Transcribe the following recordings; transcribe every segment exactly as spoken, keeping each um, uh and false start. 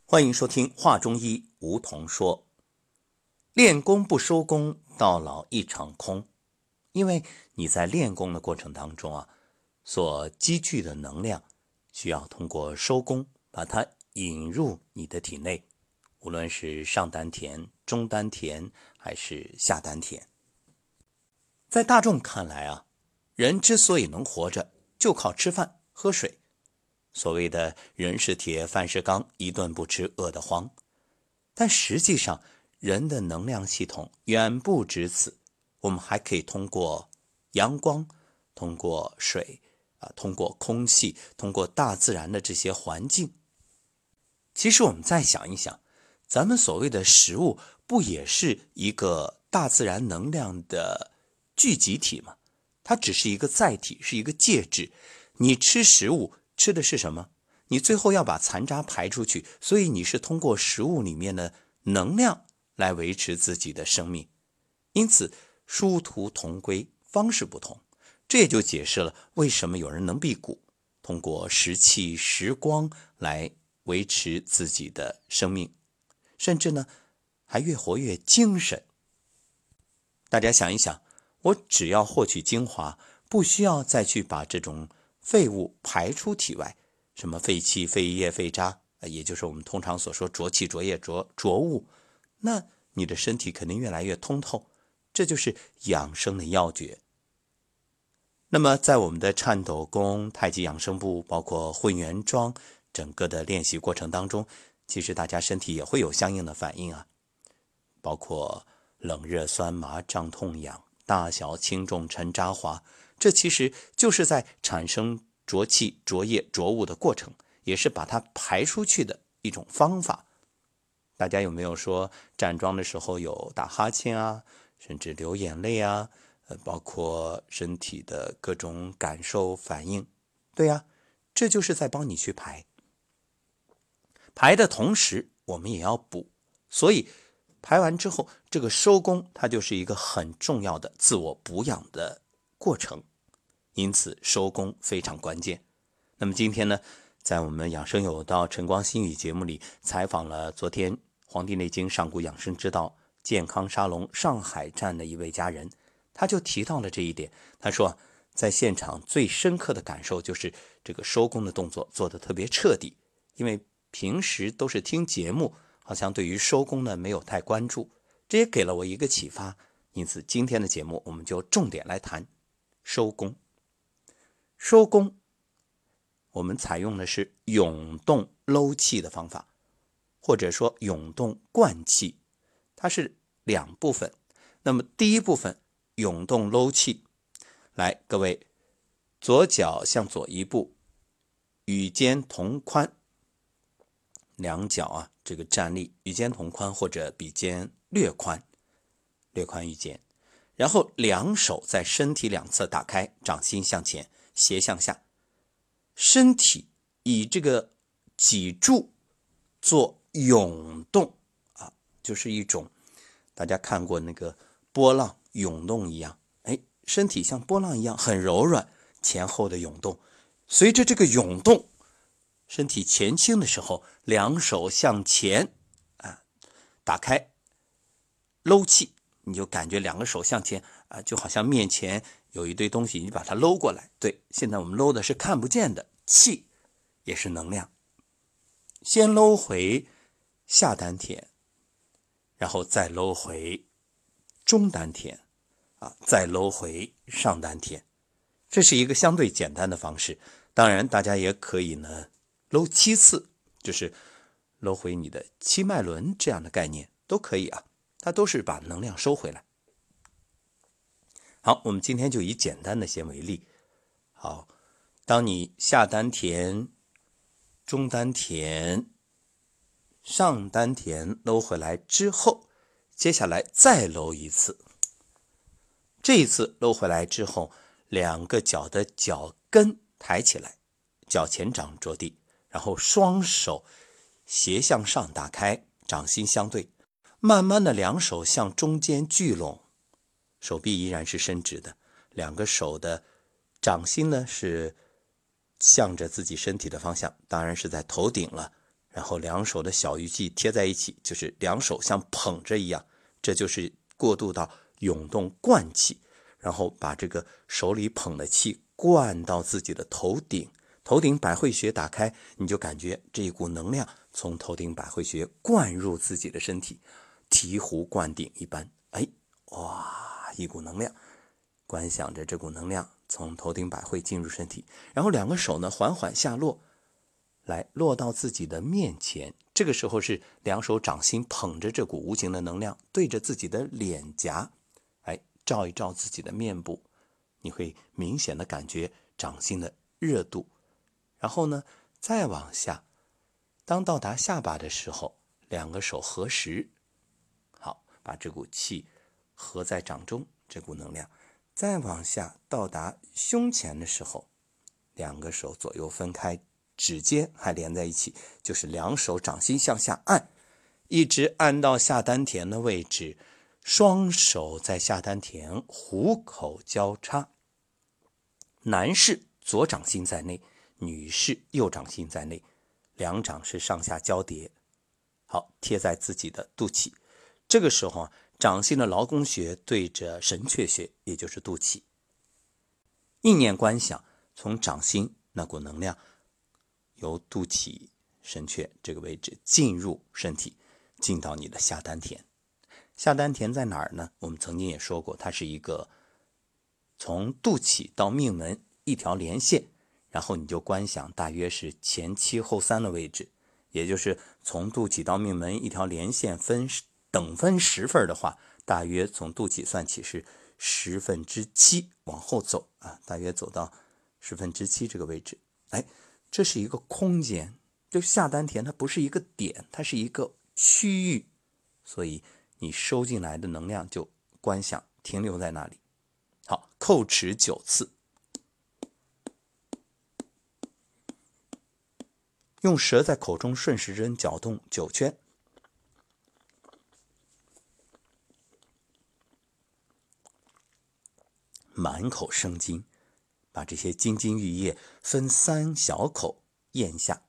欢迎收听话中医，梧桐说。练功不收功，到老一场空。因为你在练功的过程当中啊，所积聚的能量需要通过收功把它引入你的体内，无论是上丹田、中丹田还是下丹田。在大众看来啊，人之所以能活着，就靠吃饭喝水。所谓的人是铁，饭是钢，一顿不吃饿得慌。但实际上人的能量系统远不止此，我们还可以通过阳光，通过水、啊、通过空气，通过大自然的这些环境。其实我们再想一想，咱们所谓的食物不也是一个大自然能量的聚集体吗？它只是一个载体，是一个介质。你吃食物吃的是什么？你最后要把残渣排出去，所以你是通过食物里面的能量来维持自己的生命。因此殊途同归，方式不同。这也就解释了为什么有人能辟谷，通过食气食光来维持自己的生命，甚至呢还越活越精神。大家想一想，我只要获取精华，不需要再去把这种废物排出体外，什么废气、废液、废渣，也就是我们通常所说浊气、浊液、浊浊物，那你的身体肯定越来越通透。这就是养生的要诀。那么在我们的颤抖功、太极养生步，包括混元桩整个的练习过程当中，其实大家身体也会有相应的反应啊，包括冷热酸麻胀痛痒、大小轻重沉渣滑，这其实就是在产生浊气、浊液、浊物的过程，也是把它排出去的一种方法。大家有没有说站桩的时候有打哈欠啊，甚至流眼泪啊，呃，包括身体的各种感受反应？对呀，这就是在帮你去排。排的同时我们也要补，所以排完之后，这个收功它就是一个很重要的自我补养的过程，因此收功非常关键。那么今天呢，在我们养生有道晨光心语节目里，采访了昨天《黄帝内经上古养生之道》健康沙龙上海站的一位家人，他就提到了这一点。他说，在现场最深刻的感受就是这个收功的动作做得特别彻底，因为平时都是听节目，好像对于收功呢没有太关注，这也给了我一个启发。因此今天的节目我们就重点来谈收功。收功我们采用的是涌动搂气的方法，或者说涌动灌气，它是两部分。那么第一部分涌动搂气，来，各位，左脚向左一步，与肩同宽，两脚啊这个站立与肩同宽，或者比肩略宽，略宽于肩。然后两手在身体两侧打开，掌心向前，斜向下，身体以这个脊柱做涌动啊，就是一种大家看过那个波浪涌动一样，哎，身体像波浪一样很柔软，前后的涌动。随着这个涌动，身体前倾的时候，两手向前啊打开，搂气，你就感觉两个手向前啊，就好像面前有一堆东西，你把它搂过来。对，现在我们搂的是看不见的气，也是能量。先搂回下丹田，然后再搂回中丹田啊，再搂回上丹田。这是一个相对简单的方式。当然大家也可以呢搂七次，就是搂回你的七脉轮，这样的概念都可以啊，它都是把能量收回来。好，我们今天就以简单的先为例。好，当你下丹田、中丹田、上丹田搂回来之后，接下来再搂一次。这一次搂回来之后，两个脚的脚跟抬起来，脚前掌着地，然后双手斜向上打开，掌心相对，慢慢的两手向中间聚拢，手臂依然是伸直的，两个手的掌心呢是向着自己身体的方向，当然是在头顶了。 然后两手的小鱼际贴在一起，就是两手像捧着一样，这就是过渡到涌动灌气，然后把这个手里捧的气灌到自己的头顶，头顶百会穴打开，你就感觉这一股能量从头顶百会穴灌入自己的身体，醍醐灌顶一般。哎，哇，一股能量，观想着这股能量从头顶百会进入身体，然后两个手呢缓缓下落，来落到自己的面前。这个时候是两手掌心捧着这股无形的能量，对着自己的脸颊，哎，照一照自己的面部，你会明显的感觉掌心的热度。然后呢，再往下，当到达下巴的时候，两个手合十，好，把这股气合在掌中，这股能量。再往下到达胸前的时候，两个手左右分开，指尖还连在一起，就是两手掌心向下按，一直按到下丹田的位置，双手在下丹田虎口交叉。男士左掌心在内，女士右掌心在内，两掌是上下交叠，好，贴在自己的肚脐。这个时候啊，掌心的劳宫穴对着神阙穴，也就是肚脐。意念观想，从掌心那股能量由肚脐神阙这个位置进入身体，进到你的下丹田。下丹田在哪儿呢？我们曾经也说过，它是一个从肚脐到命门一条连线，然后你就观想大约是前七后三的位置，也就是从肚脐到命门一条连线分等分十份的话，大约从肚脐算起是十分之七往后走啊，大约走到十分之七这个位置。哎，这是一个空间，就下丹田它不是一个点，它是一个区域，所以你收进来的能量就观想停留在那里。好，叩齿九次，用舌在口中顺时针搅动九圈。满口生津，把这些津津玉液分三小口咽下。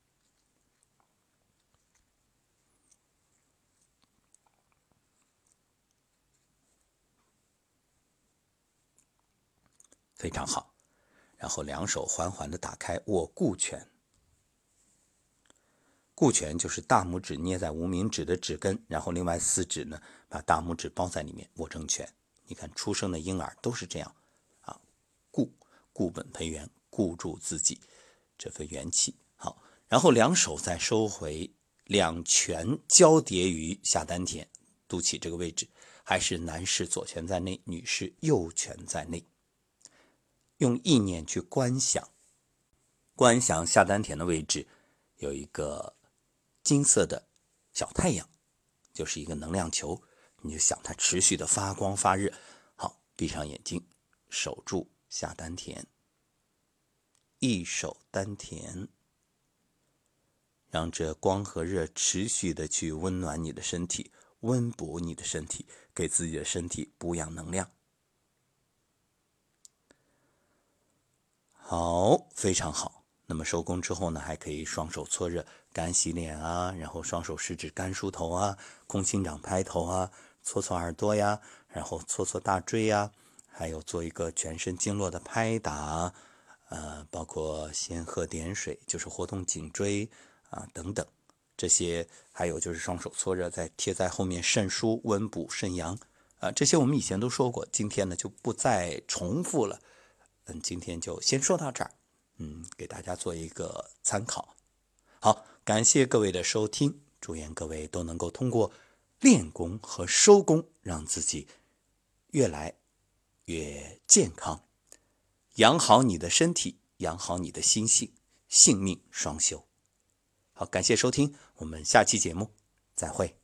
非常好，然后两手缓缓地打开握固拳。固拳就是大拇指捏在无名指的指根，然后另外四指呢把大拇指包在里面握成拳。你看出生的婴儿都是这样啊，固固本培元，固住自己这份元气。好，然后两手再收回，两拳交叠于下丹田肚脐这个位置，还是男士左拳在内，女士右拳在内。用意念去观想，观想下丹田的位置有一个金色的小太阳，就是一个能量球，你就想它持续的发光发热。好，闭上眼睛，守住下丹田，一手丹田，让这光和热持续的去温暖你的身体，温补你的身体，给自己的身体补养能量。好，非常好。那么收工之后呢，还可以双手搓热，干洗脸啊，然后双手食指干梳头啊，空心掌拍头啊，搓搓耳朵呀，然后搓搓大椎呀，还有做一个全身经络的拍打，呃，包括仙鹤点水，就是活动颈椎啊等等。这些还有就是双手搓热，再贴在后面肾腧，温补肾阳啊，这些我们以前都说过，今天呢就不再重复了。嗯，今天就先说到这儿，嗯，给大家做一个参考。好，感谢各位的收听，祝愿各位都能够通过练功和收功，让自己越来越健康，养好你的身体，养好你的心性，性命双修。好，感谢收听，我们下期节目再会。